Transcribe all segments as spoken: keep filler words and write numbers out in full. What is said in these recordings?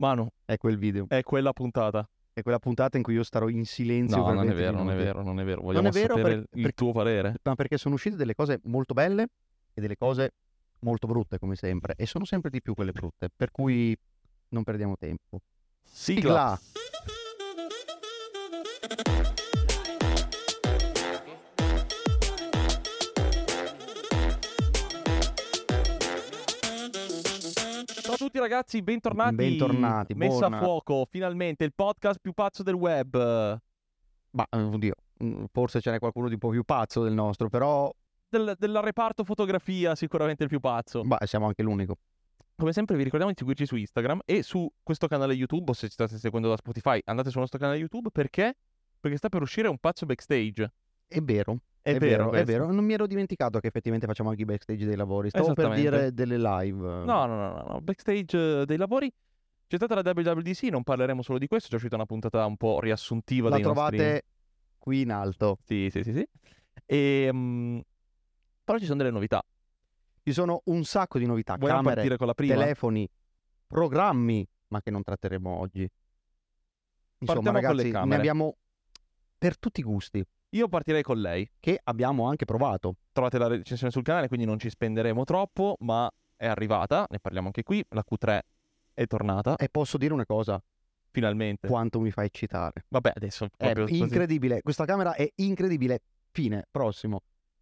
Manu, è quel video. è quella puntata. È quella puntata in cui io starò in silenzio No, per non è venti vero, non è minuti. vero, non è vero. Vogliamo Non è vero sapere per- il per- tuo parere. Ma perché sono uscite delle cose molto belle e delle cose molto brutte, come sempre. E sono sempre di più quelle brutte. Per cui non perdiamo tempo. Sigla. Ciao a tutti ragazzi, bentornati. Bentornati, Messa a buona- fuoco, finalmente, il podcast più pazzo del web. Ma, eh, oddio, mm, forse ce n'è qualcuno di un po' più pazzo del nostro, però... Del, del reparto fotografia, sicuramente il più pazzo. Beh, siamo anche l'unico. Come sempre vi ricordiamo di seguirci su Instagram e su questo canale YouTube, o se ci state seguendo da Spotify, andate sul nostro canale YouTube, perché? Perché sta per uscire un pazzo backstage. È vero. È, È vero, vero, è questo. vero. Non mi ero dimenticato che effettivamente facciamo anche i backstage dei lavori. Stavo per Esattamente. dire delle live. No, no, no, no, no. Backstage eh, dei lavori. C'è stata la W W D C, non parleremo solo di questo, c'è uscita una puntata un po' riassuntiva La dei trovate nostri... qui in alto. Sì, sì, sì, sì. E, mm, però ci sono delle novità. Ci sono un sacco di novità. Vogliamo Camere, partire con la prima? telefoni, programmi, ma che non tratteremo oggi. Insomma, Partiamo con le ragazzi, ne camere. abbiamo per tutti i gusti, Io partirei con lei. che abbiamo anche provato. Trovate la recensione sul canale, quindi non ci spenderemo troppo, ma è arrivata, ne parliamo anche qui, la Q tre è tornata, E posso dire una cosa, finalmente. quanto mi fa eccitare. Vabbè, adesso È proprio così. incredibile, questa camera è incredibile. Fine, prossimo.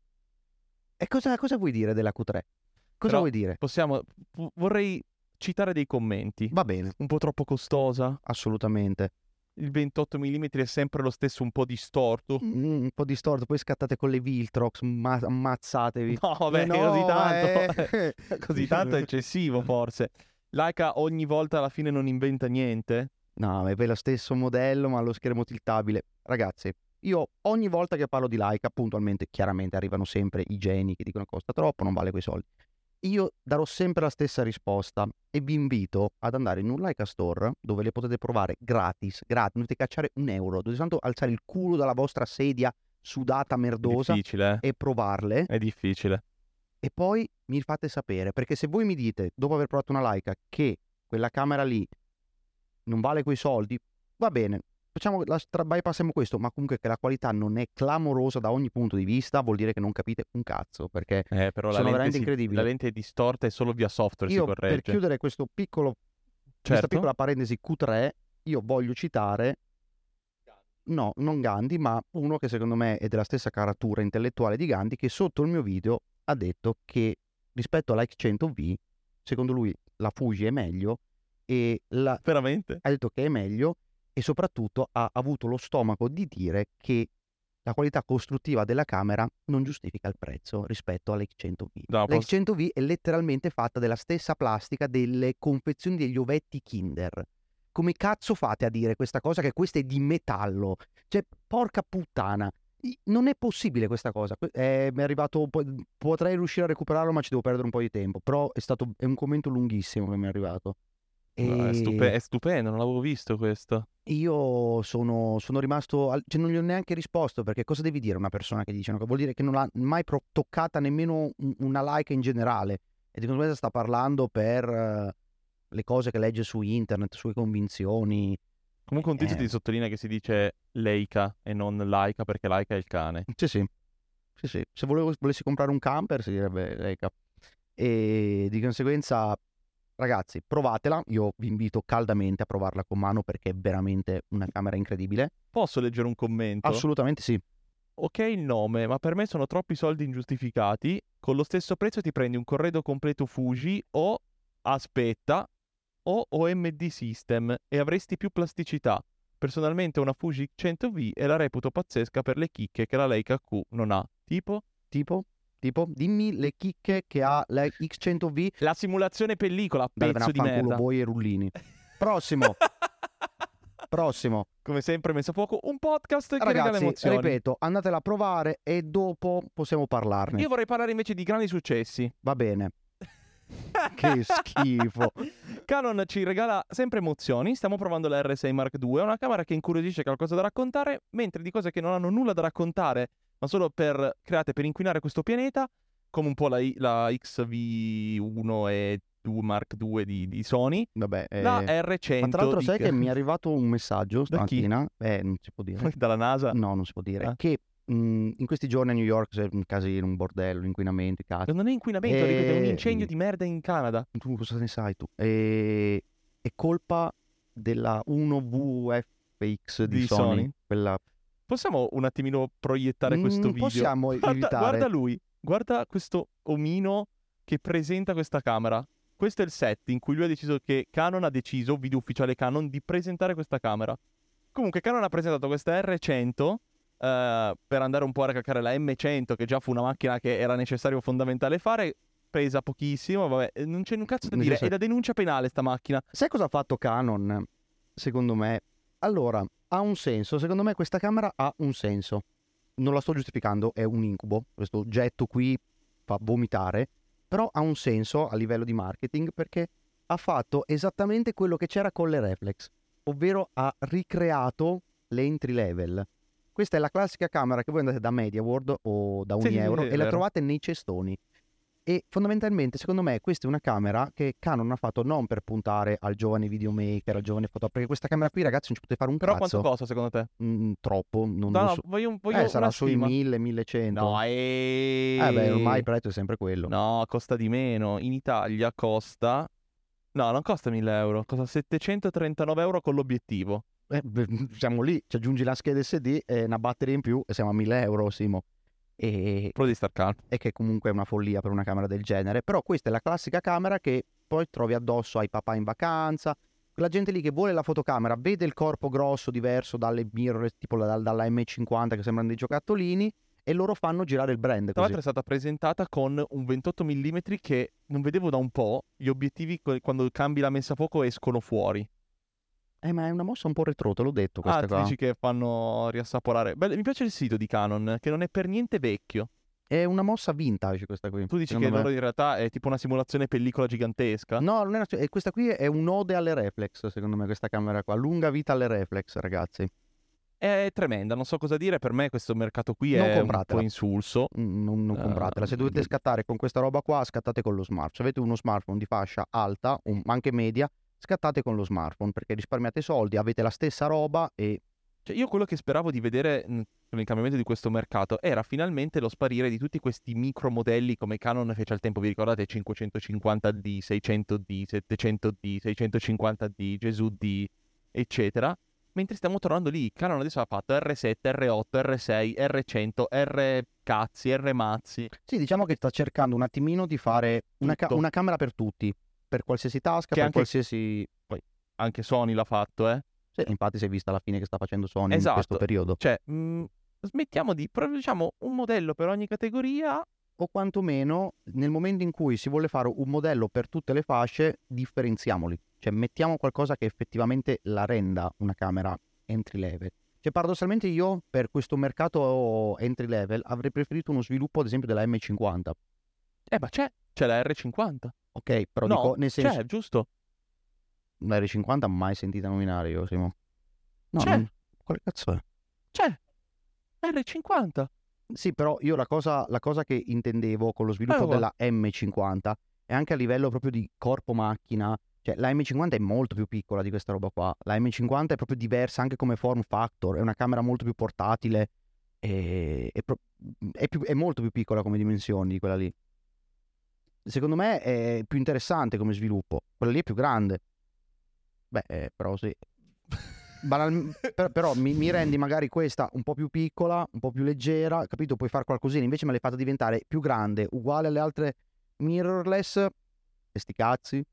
E cosa, cosa vuoi dire della Q tre? Cosa Però vuoi dire? Possiamo... v- vorrei citare dei commenti. Va bene, Un po' troppo costosa. assolutamente. Il ventotto millimetri è sempre lo stesso, un po' distorto. Mm, un po' distorto, poi scattate con le Viltrox, ma- ammazzatevi. No, vabbè, Eh no, così tanto. eh. Così tanto è eccessivo, forse. Leica ogni volta alla fine non inventa niente. No, è lo stesso modello, ma lo schermo tiltabile. Ragazzi, io ogni volta che parlo di Leica, puntualmente, chiaramente arrivano sempre i geni che dicono costa troppo, non vale quei soldi. Io darò sempre la stessa risposta e vi invito ad andare in un Leica Store dove le potete provare gratis, gratis, non dovete cacciare un euro, dovete soltanto alzare il culo dalla vostra sedia sudata È merdosa difficile, eh. e provarle. È difficile. E poi mi fate sapere, perché se voi mi dite, dopo aver provato una Leica, che quella camera lì non vale quei soldi, va bene, facciamo la stra- bypassiamo questo, ma comunque che la qualità non è clamorosa da ogni punto di vista, vuol dire che non capite un cazzo, perché Eh, però la sono lente, veramente si- incredibili. la lente è distorta e solo via software Io si corregge. per chiudere questo piccolo, questa Certo. piccola parentesi Q tre, io voglio citare, no, non Gandhi, ma uno che secondo me è della stessa caratura intellettuale di Gandhi, che sotto il mio video ha detto che rispetto alla X cento V, secondo lui la Fuji è meglio, e la, Veramente? ha detto che è meglio, e soprattutto ha avuto lo stomaco di dire che la qualità costruttiva della camera non giustifica il prezzo rispetto all'X cento V. No, La posso- X cento V è letteralmente fatta della stessa plastica delle confezioni degli ovetti Kinder. Come cazzo fate a dire questa cosa che questa è di metallo? Cioè, porca puttana. I- Non è possibile questa cosa. Que- eh, mi è arrivato un po'... Potrei riuscire a recuperarlo, ma ci devo perdere un po' di tempo. Però è stato è un commento lunghissimo che mi è arrivato. No, è, E stupe- è stupendo, non l'avevo visto questo. io sono, sono rimasto... al- Cioè, non gli ho neanche risposto, perché cosa devi dire a una persona che dice una cosa? Vuol dire che non l'ha mai pro- toccata nemmeno un- una Leica in generale. E di conseguenza sta parlando per eh, le cose che legge su internet, sue convinzioni. Comunque un tizio Eh. ti sottolinea che si dice Leica e non Laika perché Laika è il cane. Sì, sì. Sì, sì. Se volevo, volessi comprare un camper, si direbbe Leica. E di conseguenza, ragazzi, provatela. Io vi invito caldamente a provarla con mano, perché è veramente una camera incredibile. Posso leggere un commento? Assolutamente sì. Ok il nome, ma per me sono troppi soldi ingiustificati. Con lo stesso prezzo ti prendi un corredo completo Fuji o, aspetta, o O M D System e avresti più plasticità. Personalmente una Fuji cento V e la reputo pazzesca per le chicche che la Leica Q non ha. Tipo? Tipo? Tipo? Dimmi le chicche che ha la X cento V. La simulazione pellicola, Dai, pezzo di fanculo merda. boi e rullini. Prossimo. Prossimo. Come sempre messo a fuoco un podcast che regala Ragazzi, emozioni. ripeto, andatela a provare e dopo possiamo parlarne. Io vorrei parlare invece di grandi successi. Va bene. Che schifo. Canon ci regala sempre emozioni. Stiamo provando la R sei Mark due, una camera che incuriosisce, che ha qualcosa da raccontare, mentre di cose che non hanno nulla da raccontare, ma solo per create per inquinare questo pianeta, come un po' la, I- la X V uno e due Mark due di, di Sony. Vabbè, La eh, R cento. ma tra l'altro di... sai che mi è arrivato un messaggio Da chi? stamattina, eh, non si può dire, Dalla NASA? no, non si può dire, Ah. che mh, in questi giorni a New York c'è un casino, un bordello, inquinamento, cazzo. Non è inquinamento, ripeto, è un E- incendio di merda in Canada. Tu cosa ne sai tu? E... È colpa della uno V F X di, Di Sony, Sony. quella... Possiamo un attimino proiettare questo Mm, video? possiamo Guarda, evitare. guarda lui, guarda questo omino che presenta questa camera. Questo è il set in cui lui ha deciso che Canon ha deciso, video ufficiale Canon, di presentare questa camera. Comunque Canon ha presentato questa R cento eh, per andare un po' a ricalcare la M cento, che già fu una macchina che era necessario fondamentale fare, pesa pochissimo, vabbè, non c'è un cazzo da Nel dire, senso- è da denuncia penale sta macchina. Sai cosa ha fatto Canon? Secondo me, allora, ha un senso. Secondo me questa camera ha un senso. Non la sto giustificando, è un incubo. Questo oggetto qui fa vomitare, però ha un senso a livello di marketing perché ha fatto esattamente quello che c'era con le reflex, ovvero ha ricreato le entry level. Questa è la classica camera che voi andate da MediaWorld o da Sì, sì, sì, Unieuro sì, è e la vero. trovate nei cestoni. E fondamentalmente, secondo me, questa è una camera che Canon ha fatto non per puntare al giovane videomaker, al giovane fotografa, perché questa camera qui, ragazzi, non ci potete fare un Però cazzo. quanto costa secondo te? Mm, troppo, non, No, non no, so. voglio, voglio Eh, una sarà sui stima. mille, millecento. No, e... Eh beh, ormai il prezzo è sempre quello. No, costa di meno. In Italia costa... No, non costa mille euro, costa settecentotrentanove euro con l'obiettivo. Eh, beh, siamo lì, ci aggiungi la scheda S D e una batteria in più e siamo a mille euro, Simo. E, Però di star calmo. e che comunque è una follia per una camera del genere. Però questa è la classica camera che poi trovi addosso ai papà in vacanza. Quella gente lì che vuole la fotocamera, vede il corpo grosso diverso dalle mirrorless, tipo la- dalla M cinquanta che sembrano dei giocattolini, e loro fanno girare il brand Tra così. l'altro è stata presentata con un ventotto millimetri che non vedevo da un po'. Gli obiettivi co- quando cambi la messa a fuoco escono fuori. Eh, ma è una mossa un po' retro, te l'ho detto questa Ah, ti qua. dici che fanno riassaporare. Beh, mi piace il sito di Canon, che non è per niente vecchio. È una mossa vintage questa qui. Tu dici che secondo me. loro in realtà è tipo una simulazione pellicola gigantesca? No, non è una... e questa qui è un'ode alle reflex, secondo me, questa camera qua. Lunga vita alle reflex, ragazzi. È tremenda, non so cosa dire. Per me questo mercato qui Non è un compratela. po' insulso. Mm, Non, non Eh, compratela. Se dovete scattare con questa roba qua, scattate con lo smartphone. Se avete uno smartphone di fascia alta, o anche media, scattate con lo smartphone perché risparmiate soldi, avete la stessa roba e... Cioè, io quello che speravo di vedere mh, con il cambiamento di questo mercato era finalmente lo sparire di tutti questi micro modelli come Canon fece al tempo. Vi ricordate cinquecentocinquanta D, seicento D, settecento D, seicentocinquanta D, Gesù D, eccetera. Mentre stiamo tornando lì. Canon adesso ha fatto R sette, R otto, R sei, R cento, R cazzi, R mazzi. Sì, diciamo che sta cercando un attimino di fare una, ca- Tutto. una camera per tutti, per qualsiasi tasca, Che per anche- qualsiasi... Poi anche Sony l'ha fatto, eh. Sì, infatti si è vista alla fine che sta facendo Sony Esatto. in questo periodo. Cioè, mh, smettiamo di... però, diciamo, un modello per ogni categoria. O quantomeno, nel momento in cui si vuole fare un modello per tutte le fasce, differenziamoli. Cioè, mettiamo qualcosa che effettivamente la renda una camera entry level. Cioè, paradossalmente io, per questo mercato entry level, avrei preferito uno sviluppo, ad esempio, della M cinquanta. Eh, ma c'è. C'è la R cinquanta. Ok, però No, dico, nel senso... c'è, giusto? La R cinquanta mai sentita nominare io, Simo. No, C'è. non... Quale cazzo è? C'è. R cinquanta. Sì, però io la cosa, la cosa che intendevo con lo sviluppo Eh, guarda. della M cinquanta è anche a livello proprio di corpo macchina. Cioè, la M cinquanta è molto più piccola di questa roba qua. La M cinquanta è proprio diversa anche come form factor. È una camera molto più portatile. E... È, pro... è, più... è molto più piccola come dimensioni di quella lì. Secondo me è più interessante come sviluppo. Quella lì è più grande. Beh, eh, però sì. Banal... per- però mi, mi rendi magari questa un po' più piccola, un po' più leggera, capito? Puoi fare qualcosina, invece me l'hai fatta diventare più grande, uguale alle altre mirrorless. E sti cazzi.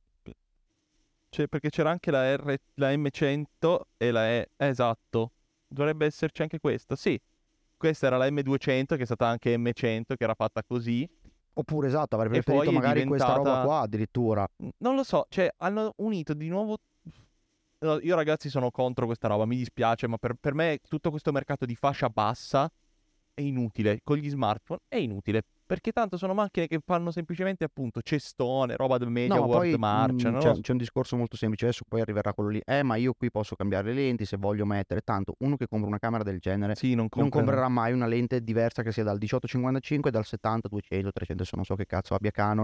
Cioè, perché c'era anche la, R, la M cento e la E. eh, esatto. Dovrebbe esserci anche questa. Sì. Questa era la M duecento, che è stata anche M cento, che era fatta così. Oppure esatto, avrei E preferito poi è magari questa roba diventata- qua addirittura. Non lo so, cioè, hanno unito di nuovo... No, io ragazzi sono contro questa roba, mi dispiace, ma per, per me tutto questo mercato di fascia bassa è inutile. Con gli smartphone è inutile. Perché tanto sono macchine che fanno semplicemente appunto cestone, roba del Media No, ma World poi March. mh, non c'è, lo so. c'è un discorso molto semplice, adesso poi arriverà quello lì. Eh, ma io qui posso cambiare le lenti se voglio mettere. Tanto uno che compra una camera del genere Sì, non, non comprerò. comprerà mai una lente diversa che sia dal diciotto cinquantacinque, dal settanta duecento trecento, adesso non so che cazzo abbia Canon, che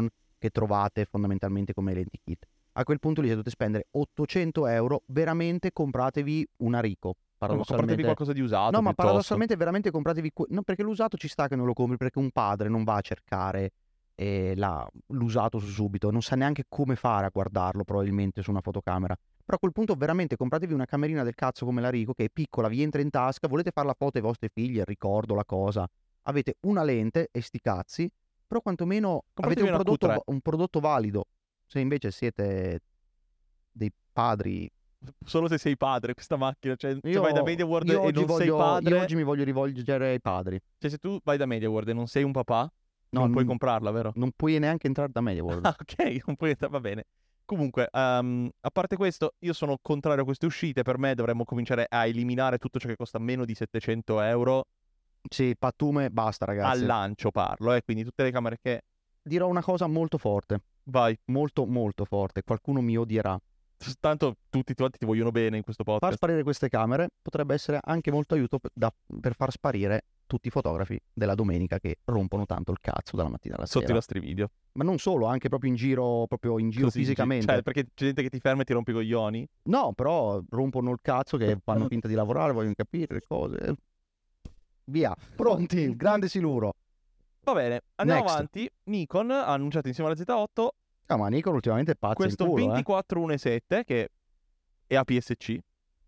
che trovate fondamentalmente come lenti kit. A quel punto lì, se dovete spendere ottocento euro, veramente compratevi una Ricoh. No, ma compratevi qualcosa di usato. No, ma piuttosto. paradossalmente veramente compratevi... Que... No, perché l'usato ci sta che non lo compri, perché un padre non va a cercare eh, la... l'usato subito, non sa neanche come fare a guardarlo probabilmente su una fotocamera. Però a quel punto veramente compratevi una camerina del cazzo come la Ricoh, che è piccola, vi entra in tasca, volete fare la foto ai vostri figli, il ricordo, la cosa. Avete una lente e sti cazzi, però quantomeno Compratevi avete un una prodotto, Q tre. un prodotto valido. Se invece siete dei padri... Solo se sei padre, questa macchina, cioè se Io, vai da MediaWorld io e oggi non sei voglio, padre, io oggi mi voglio rivolgere ai padri. cioè se tu vai da MediaWorld e non sei un papà, No, non puoi n- comprarla, vero? Non puoi neanche entrare da MediaWorld. Ah, ok, non puoi entrare, va bene. Comunque, ehm, a parte questo, io sono contrario a queste uscite. Per me dovremmo cominciare a eliminare tutto ciò che costa meno di settecento euro Sì, pattume, basta al ragazzi. lancio, parlo, eh, quindi tutte le camere che... Dirò una cosa molto forte, Vai, molto molto forte, qualcuno mi odierà. tanto tutti quanti ti vogliono bene in questo Far podcast. sparire queste camere potrebbe essere anche molto aiuto per, da- per far sparire tutti i fotografi della domenica che rompono tanto il cazzo dalla mattina alla Sotto i sera. nostri video. Ma non solo, anche proprio in giro, proprio in giro Così, fisicamente. Cioè, perché c'è gente che ti ferma e ti rompe i coglioni. No, però rompono il cazzo che fanno finta di lavorare, vogliono capire le cose. Via, pronti, grande siluro. Va bene, andiamo Next. avanti. Nikon ha annunciato insieme alla Z otto Ah, ma Nikon ultimamente è pazza questo in culo, eh. ventiquattro uno punto sette che è A P S C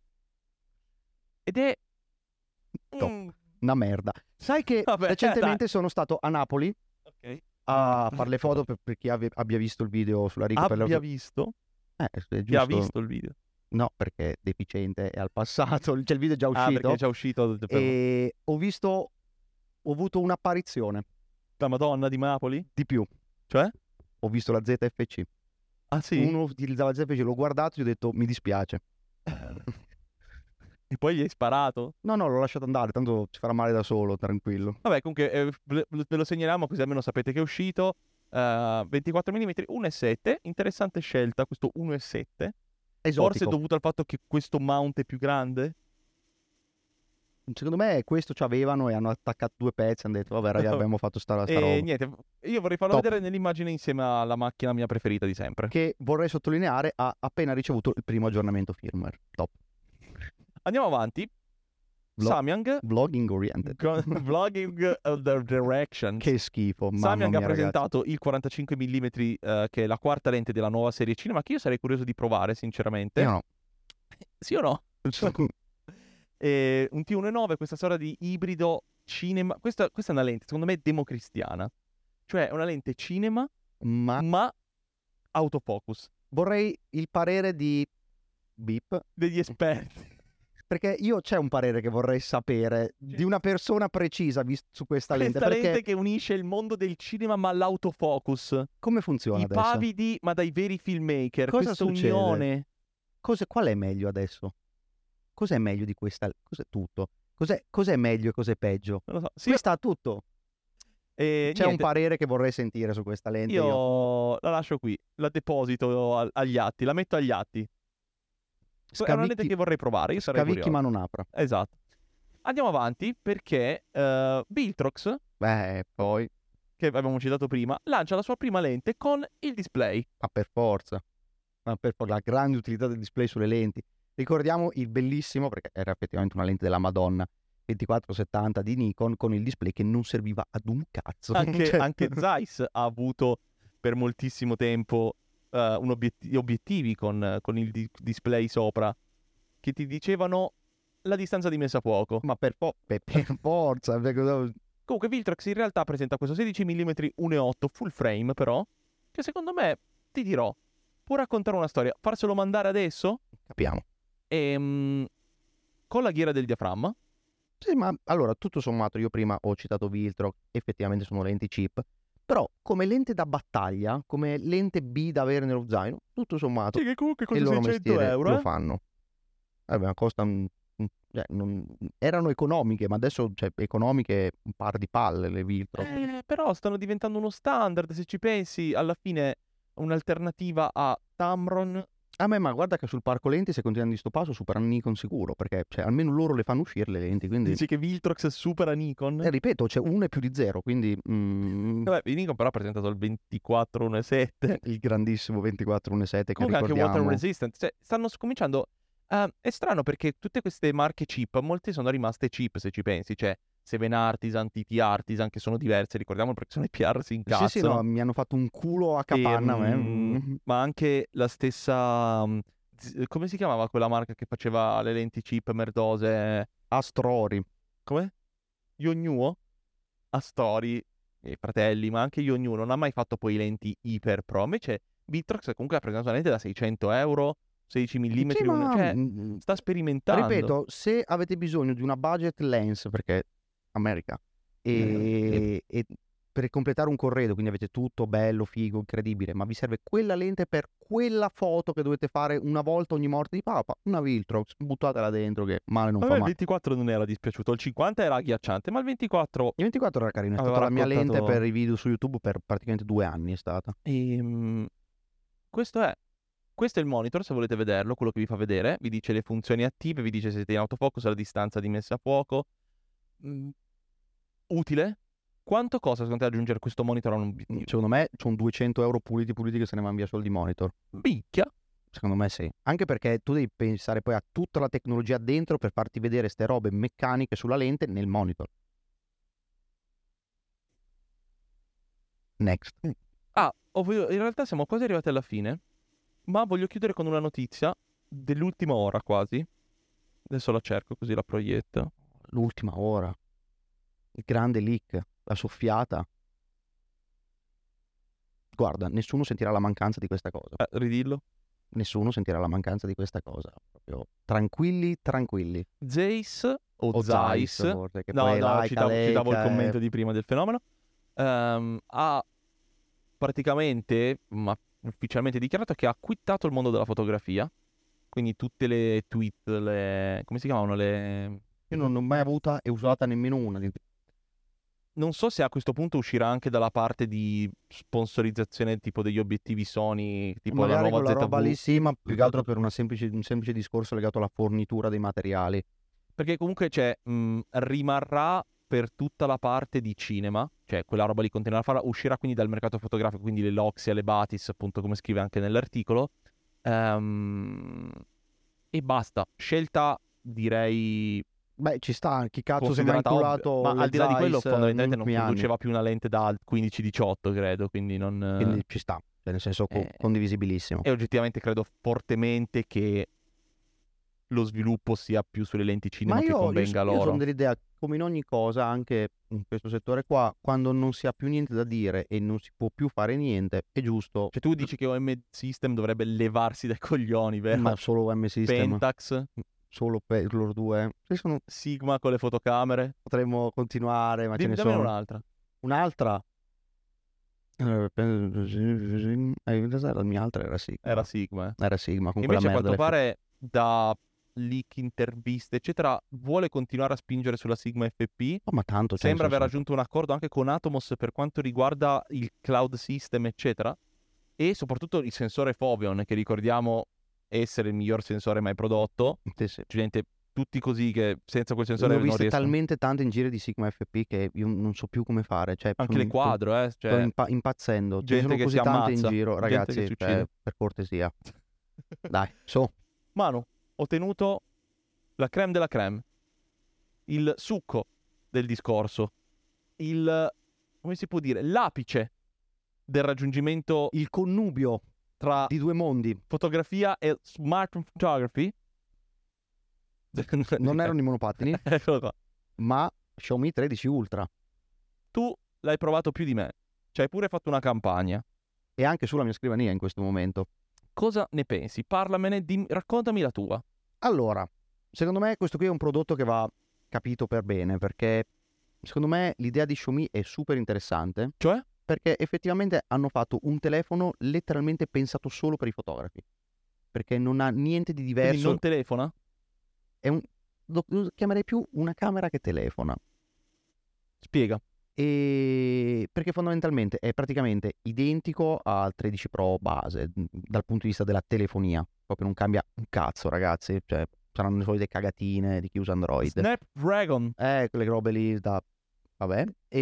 ed è Top. Mm, Una merda. Sai che Vabbè, recentemente sono stato a Napoli ok. a fare le foto per, per chi ave- abbia visto il video sulla Ricoh. per Abbia la... visto? Eh, è Chi ha giusto. visto il video? No, perché è deficiente, è al passato. Cioè, il video è già Ah, perché uscito. è già uscito. E ho visto, ho avuto un'apparizione La Madonna di Napoli? di più. Cioè? Ho visto la Z F C. Ah sì? Uno utilizzava la Z F C, l'ho guardato e gli ho detto mi dispiace. E poi gli hai sparato? No, no, l'ho lasciato andare, tanto ci farà male da solo, tranquillo. Vabbè, comunque eh, ve ve lo segnaliamo così almeno sapete che è uscito. Uh, ventiquattro millimetri uno virgola sette, interessante scelta questo uno virgola sette. Esotico. Forse dovuto al fatto che questo mount è più grande? Secondo me questo ci avevano e hanno attaccato due pezzi e hanno detto vabbè ragazzi abbiamo fatto sta, sta E roba. niente, io vorrei farlo Top. vedere nell'immagine insieme alla macchina mia preferita di sempre. Che vorrei sottolineare ha appena ricevuto il primo aggiornamento firmware. Top. Andiamo avanti. Vlog- Samyang Vlogging oriented. con Vlogging of the Direction. Che schifo, mamma Samyang mia ha ragazzi. presentato il quarantacinque millimetri eh, che è la quarta lente della nuova serie cinema, che io sarei curioso di provare sinceramente. Io no. Sì o no? E un T uno virgola nove, questa storia di ibrido cinema. Questa, questa è una lente, secondo me, democristiana. Cioè, è una lente cinema, Ma ma autofocus. vorrei il parere di Beep, Degli esperti. perché io c'è un parere che vorrei sapere di una persona precisa vis- su questa lente. Questa Perché lente che unisce il mondo del cinema ma l'autofocus. come funziona I adesso? pavidi, ma dai veri filmmaker. Cosa Questa succede? unione. Cos'è- qual è meglio adesso? Cos'è meglio di questa? Cos'è tutto? Cos'è, cos'è meglio e cos'è peggio? Non lo so. Sì, Questa ha tutto. e C'è un niente, parere che vorrei sentire su questa lente. Io, io la lascio qui. La deposito al- agli atti. La metto agli atti. È una lente Scavicchi, che vorrei provare. Io sarei scavicchi curioso. ma non apra. Esatto. Andiamo avanti perché uh, Viltrox, Beh, poi, che abbiamo citato prima, lancia la sua prima lente con il display. ma per forza. Ma per for- la grande utilità del display sulle lenti. Ricordiamo il bellissimo, perché era effettivamente una lente della Madonna, ventiquattro settanta di Nikon con il display che non serviva ad un cazzo. Anche, Cioè- anche Zeiss ha avuto per moltissimo tempo uh, un obiet- obiettivi con, con il di- display sopra che ti dicevano la distanza di messa a fuoco. Ma per, fo- per- per forza. perché- Comunque Viltrox in realtà presenta questo sedici millimetri uno virgola otto full frame però, che secondo me, ti dirò, può raccontare una storia. Farselo mandare adesso Capiamo. e, con la ghiera del diaframma. Sì, ma allora, tutto sommato, io prima ho citato Viltrox, effettivamente sono lenti cheap, però come lente da battaglia, come lente B da avere nello zaino, tutto sommato, Sì, che comunque il costa loro seicento mestiere euro. lo eh. fanno. Vabbè, ma costano... un- cioè, non- erano economiche, ma adesso, cioè, economiche un par di palle le Viltrox. Eh, però stanno diventando uno standard, se ci pensi, alla fine un'alternativa a Tamron A me, ma guarda che sul parco lenti, se continuano di sto passo, superano Nikon sicuro, perché cioè, almeno loro le fanno uscire le lenti, quindi... Dici che Viltrox supera Nikon? Eh, ripeto, c'è uno è più di zero, quindi... mm, Vabbè, Nikon però ha presentato il ventiquattro uno virgola sette. il grandissimo ventiquattro uno virgola sette che Comunque anche ricordiamo... water resistant. Cioè, stanno cominciando... eh, è strano perché tutte queste marche cheap, molte sono rimaste cheap se ci pensi. Cioè, Seven Artisan, T T Artisan, che sono diverse, ricordiamo perché sono i P R si incazzano. Sì, sì, no, mi hanno fatto un culo a capanna a me. Ehm, ma anche la stessa... mm, z- come si chiamava quella marca che faceva le lenti cheap merdose? Astrori. Come? Yongnuo? Astori, i fratelli, ma anche Yongnuo non ha mai fatto poi lenti iper pro. Invece Victrox comunque ha presentato una lente da seicento euro, sedici millimetri, Sì, ma... cioè mm, sta sperimentando. ripeto, se avete bisogno di una budget lens, perché America, e, e per completare un corredo, quindi avete tutto bello, figo, incredibile, ma vi serve quella lente per quella foto che dovete fare una volta ogni morte di papa, una Viltrox, buttatela dentro che male non A fa me il mai. ventiquattro non era dispiaciuto, il cinquanta era agghiacciante, ma il ventiquattro... Il ventiquattro era carino, è stata Aveva la mia lente raccontato- per i video su YouTube per praticamente due anni, è stata. Ehm, questo è... Questo è il monitor, se volete vederlo, quello che vi fa vedere. Vi dice le funzioni attive, vi dice se siete in autofocus, la distanza di messa a fuoco. Mm, utile? Quanto costa secondo te aggiungere questo monitor a un obiettivo? Secondo me sono duecento euro puliti puliti che se ne vanno via soldi monitor. Minchia! Secondo me sì. Anche perché tu devi pensare poi a tutta la tecnologia dentro per farti vedere ste robe meccaniche sulla lente nel monitor. Next. Ah, ovvio- in realtà siamo quasi arrivati alla fine, ma voglio chiudere con una notizia dell'ultima ora quasi. Adesso la cerco così la proietto. L'ultima ora. Il grande leak. La soffiata. Guarda, nessuno sentirà la mancanza di questa cosa. Eh, ridillo. Nessuno sentirà la mancanza di questa cosa. Proprio tranquilli, tranquilli. Zeiss o, O Zeiss. Zeiss, forse, che No, poi no, Leica, ci davo, ci davo il Leica, commento eh. di prima del fenomeno. Ehm, ha praticamente, ma ufficialmente dichiarato che ha quittato il mondo della fotografia. Quindi tutte le tweet, le... come si chiamano? Le... Io non ho mai avuta e usata nemmeno una. di- Non so se a questo punto uscirà anche dalla parte di sponsorizzazione tipo degli obiettivi Sony, tipo la Magari nuova quella Z V. roba lì sì, ma più che altro per una semplice, un semplice discorso legato alla fornitura dei materiali. Perché comunque c'è, mh, rimarrà per tutta la parte di cinema, cioè quella roba lì continuerà a farla, uscirà quindi dal mercato fotografico, quindi le Loxia, le Batis, appunto come scrive anche nell'articolo. Ehm, E basta. Scelta, direi, Beh, ci sta, chi cazzo si è mai considerata ovvia. inculato Ma le al di là di quello, Zeiss negli fondamentalmente non ultimi anni? produceva più una lente da quindici diciotto, credo, quindi non... Quindi ci sta, cioè nel senso co- eh, condivisibilissimo. E oggettivamente credo fortemente che lo sviluppo sia più sulle lenti cinema Ma che io, io, convenga io loro. sono dell'idea, come in ogni cosa, anche in questo settore qua, quando non si ha più niente da dire e non si può più fare niente, è giusto, Cioè tu dici che O M System dovrebbe levarsi dai coglioni, vero? ma solo M System, Pentax, solo per loro due. Ci sono- Sigma con le fotocamere. potremmo continuare, ma ce Dimmi, ne dammene sono. un'altra. Un'altra? Eh, penso- eh, in realtà la mia altra era Sigma. Era Sigma, eh. Era Sigma, con quella Invece a merda. quanto le pare da leak, interviste, eccetera, vuole continuare a spingere sulla Sigma F P. Oh, ma tanto, cioè, Sembra nel aver senso- raggiunto un accordo anche con Atomos per quanto riguarda il cloud system, eccetera. E soprattutto il sensore Foveon, che ricordiamo essere il miglior sensore mai prodotto. Sì, sì. Gente, tutti così che senza quel Ne sensore ho non viste riescono. talmente tante in giro di Sigma F P che io non so più come fare. Cioè, Anche sono- le quadro, eh. Sto Cioè, impa- impazzendo. Ce ne gente sono che così si tante in ammazza, giro, gente che ragazzi. si cioè, uccide. per cortesia. Dai, su. Manu, ho tenuto la creme della creme. Il succo del discorso. Il, come si può dire, l'apice del raggiungimento Il connubio tra di due mondi. fotografia e smartphone photography. Non erano i monopattini, Eccolo qua. ma Xiaomi tredici Ultra. Tu l'hai provato più di me. Ci hai pure fatto una campagna. E anche sulla mia scrivania in questo momento. Cosa ne pensi? Parlamene, dim- raccontami la tua. Allora, secondo me questo qui è un prodotto che va capito per bene, perché secondo me l'idea di Xiaomi è super interessante, Cioè? perché effettivamente hanno fatto un telefono letteralmente pensato solo per i fotografi, perché non ha niente di Quindi diverso, non telefona? è un, lo, lo chiamerei più una camera che telefona. Spiega. E perché fondamentalmente è praticamente identico al tredici Pro base mh, dal punto di vista della telefonia, proprio non cambia un cazzo, ragazzi, cioè saranno le solite cagatine di chi usa Android. Snapdragon. Eh, quelle robe lì da vabbè.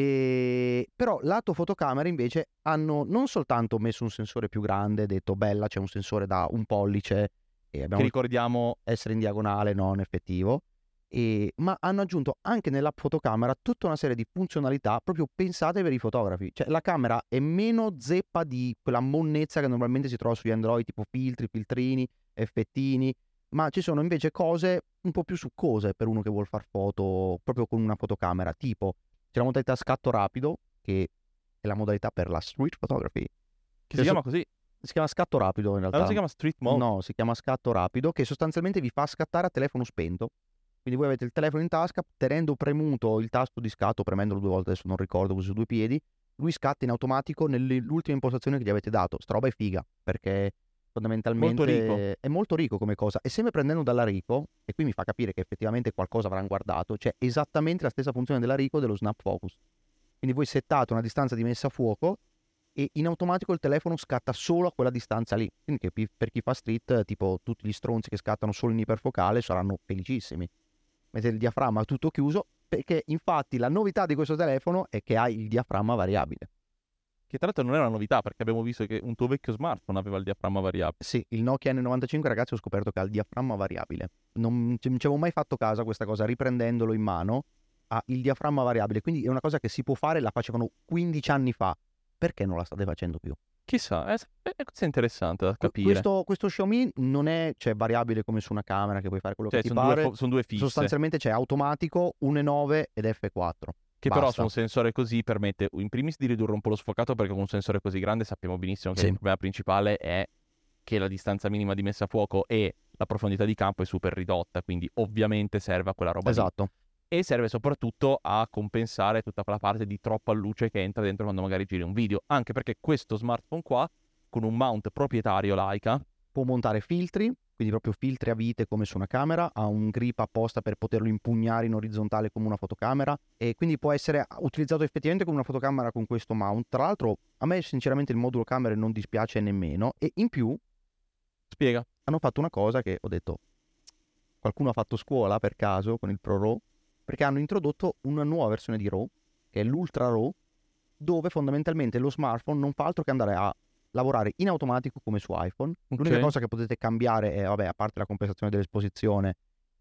E però lato fotocamera invece hanno non soltanto messo un sensore più grande, detto bella, c'è un sensore da un pollice e Che abbiamo ricordiamo essere in diagonale, non effettivo. E, ma hanno aggiunto anche nella fotocamera tutta una serie di funzionalità proprio pensate per i fotografi. Cioè la camera è meno zeppa di quella monnezza che normalmente si trova sugli Android, tipo filtri, filtrini, effettini, ma ci sono invece cose un po' più succose per uno che vuol far foto proprio con una fotocamera, tipo c'è la modalità scatto rapido, che è la modalità per la street photography. che Che si chiama so- così. si chiama scatto rapido in Ma realtà. non si chiama street mode. No, si chiama scatto rapido, che sostanzialmente vi fa scattare a telefono spento. Quindi voi avete il telefono in tasca, tenendo premuto il tasto di scatto, premendolo due volte, adesso non ricordo, così su due piedi, lui scatta in automatico nell'ultima impostazione che gli avete dato. Sta roba è figa, perché fondamentalmente Molto rico. è molto rico come cosa. E sempre prendendo dalla Ricoh, e qui mi fa capire che effettivamente qualcosa avranno guardato, c'è esattamente la stessa funzione della Ricoh dello Snap Focus. Quindi voi settate una distanza di messa a fuoco e in automatico il telefono scatta solo a quella distanza lì. Quindi che pi- per chi fa street, tipo tutti gli stronzi che scattano solo in iperfocale saranno felicissimi. Mettete il diaframma tutto chiuso, perché infatti la novità di questo telefono è che ha il diaframma variabile. Che tra l'altro non è una novità, perché abbiamo visto che un tuo vecchio smartphone aveva il diaframma variabile. Sì, il Nokia N novantacinque, ragazzi, ho scoperto che ha il diaframma variabile. Non ci non ci avevo mai fatto caso a questa cosa, riprendendolo in mano, ha il diaframma variabile. Quindi è una cosa che si può fare, la facevano quindici anni fa. Perché non la state facendo più? Chissà, è, è, questo è interessante da Que- capire. Questo, questo Xiaomi non è cioè, variabile come su una camera che puoi fare quello Cioè, che ti sono due, pare. fo- son due fisse. Sostanzialmente c'è automatico, uno virgola nove ed effe quattro. Che però Basta. su un sensore così permette, in primis, di ridurre un po' lo sfocato, perché con un sensore così grande sappiamo benissimo che Sì. il problema principale è che la distanza minima di messa a fuoco e la profondità di campo è super ridotta, quindi ovviamente serve a quella roba lì. Esatto. E serve soprattutto a compensare tutta quella parte di troppa luce che entra dentro quando magari giri un video, anche perché questo smartphone qua, con un mount proprietario Leica, Può montare filtri, quindi proprio filtri a vite come su una camera, ha un grip apposta per poterlo impugnare in orizzontale come una fotocamera e quindi può essere utilizzato effettivamente come una fotocamera con questo mount. Tra l'altro a me sinceramente il modulo camere non dispiace nemmeno e in più spiega. hanno fatto una cosa che ho detto qualcuno ha fatto scuola per caso con il Pro RAW, perché hanno introdotto una nuova versione di RAW che è l'Ultra RAW, dove fondamentalmente lo smartphone non fa altro che andare a lavorare in automatico come su iPhone. L'unica Ok. cosa che potete cambiare è, vabbè, a parte la compensazione dell'esposizione,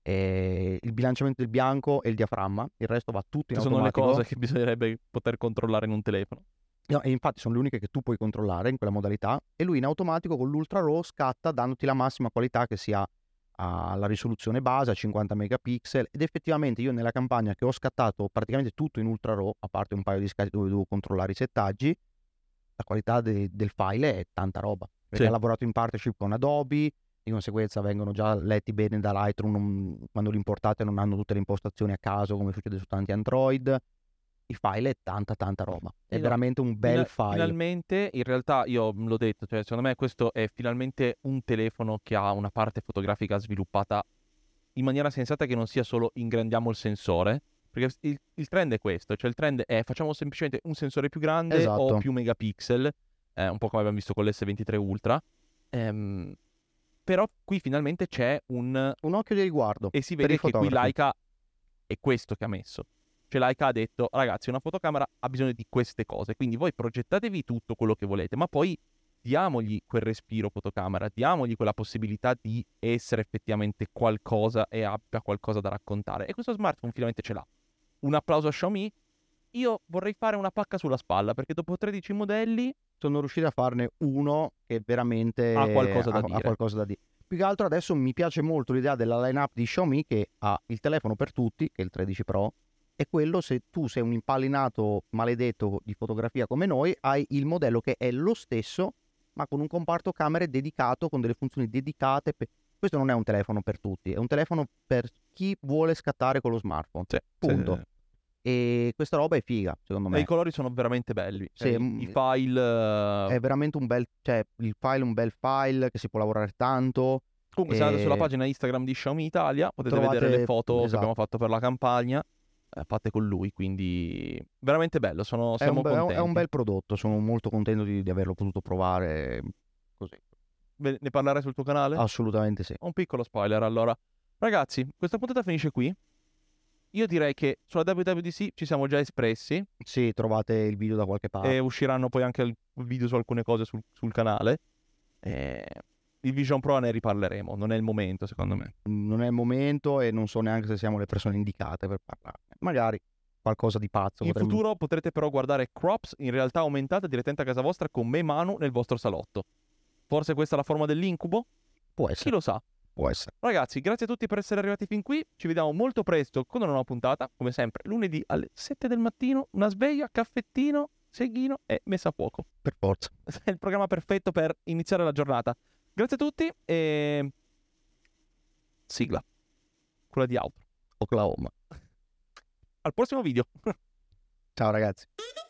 è il bilanciamento del bianco e il diaframma, il resto va tutto in Che sono le automatico. cose che bisognerebbe poter controllare in un telefono. No, e infatti sono le uniche che tu puoi controllare in quella modalità e lui in automatico con l'Ultra RAW scatta dandoti la massima qualità che sia alla risoluzione base a cinquanta megapixel ed effettivamente io nella campagna che ho scattato praticamente tutto in Ultra RAW, a parte un paio di scatti dove dovevo controllare i settaggi, la qualità de- del file è tanta roba, perché Sì. ha lavorato in partnership con Adobe, di conseguenza vengono già letti bene da Lightroom, non- quando li importate non hanno tutte le impostazioni a caso come succede su tanti Android. Il file è tanta tanta roba, è Sì, no, veramente un bel Fina- file. Finalmente, in realtà io l'ho detto, cioè secondo me questo è finalmente un telefono che ha una parte fotografica sviluppata in maniera sensata, che non sia solo ingrandiamo il sensore, perché il, il trend è questo, cioè il trend è facciamo semplicemente un sensore più grande Esatto. o più megapixel, eh, un po' come abbiamo visto con l'esse ventitré Ultra, Ehm, però qui finalmente c'è un... Un occhio di riguardo e si per i vede che qui fotografi. Leica è questo che ha messo. Cioè Leica ha detto, ragazzi, una fotocamera ha bisogno di queste cose, quindi voi progettatevi tutto quello che volete, ma poi diamogli quel respiro fotocamera, diamogli quella possibilità di essere effettivamente qualcosa e abbia qualcosa da raccontare. E questo smartphone finalmente ce l'ha. Un applauso a Xiaomi. Io vorrei fare una pacca sulla spalla, perché dopo tredici modelli Sono riusciti a farne uno che veramente ha qualcosa da ha, dire. ha qualcosa da dire. Più che altro adesso mi piace molto l'idea della line-up di Xiaomi che ha il telefono per tutti, che è il tredici Pro, e quello se tu sei un impallinato maledetto di fotografia come noi, hai il modello che è lo stesso, ma con un comparto camere dedicato, con delle funzioni dedicate. pe- Questo non è un telefono per tutti, è un telefono per chi vuole scattare con lo smartphone. Sì, Punto. sì. E questa roba è figa, secondo E me. i colori sono veramente belli. Sì, Cioè, mm, i, i file... eh, È veramente un bel, cioè il file è un bel file che si può lavorare tanto. Comunque, se andate sulla e pagina Instagram di Xiaomi Italia, potete trovate, vedere le foto che esatto, abbiamo fatto per la campagna. eh, fatte con lui, quindi veramente bello, sono, È siamo un, be- è un- contenti. è un bel prodotto, sono molto contento di, di averlo potuto provare così. Ve- Ne parlerai sul tuo canale? Assolutamente sì. Un piccolo spoiler allora. Ragazzi, questa puntata finisce qui. Io direi che sulla W W D C ci siamo già espressi Sì, trovate il video da qualche parte. e usciranno poi anche il video su alcune cose sul, sul canale. E il Vision Pro ne riparleremo, non è il momento secondo me. Non è il momento e non so neanche se siamo le persone indicate per parlarne. Magari qualcosa di pazzo In potremmo... futuro potrete però guardare crops in realtà aumentata direttamente a casa vostra con me Manu nel vostro salotto. Forse questa è la forma dell'incubo? Può Chi essere, lo sa? può essere. Ragazzi, grazie a tutti per essere arrivati fin qui. Ci vediamo molto presto con una nuova puntata, come sempre, lunedì alle sette del mattino, una sveglia, caffettino, seghino e messa a fuoco. Per forza. È il programma perfetto per iniziare la giornata. Grazie a tutti e sigla. Quella di outro. Oklahoma. Al prossimo video. Ciao ragazzi.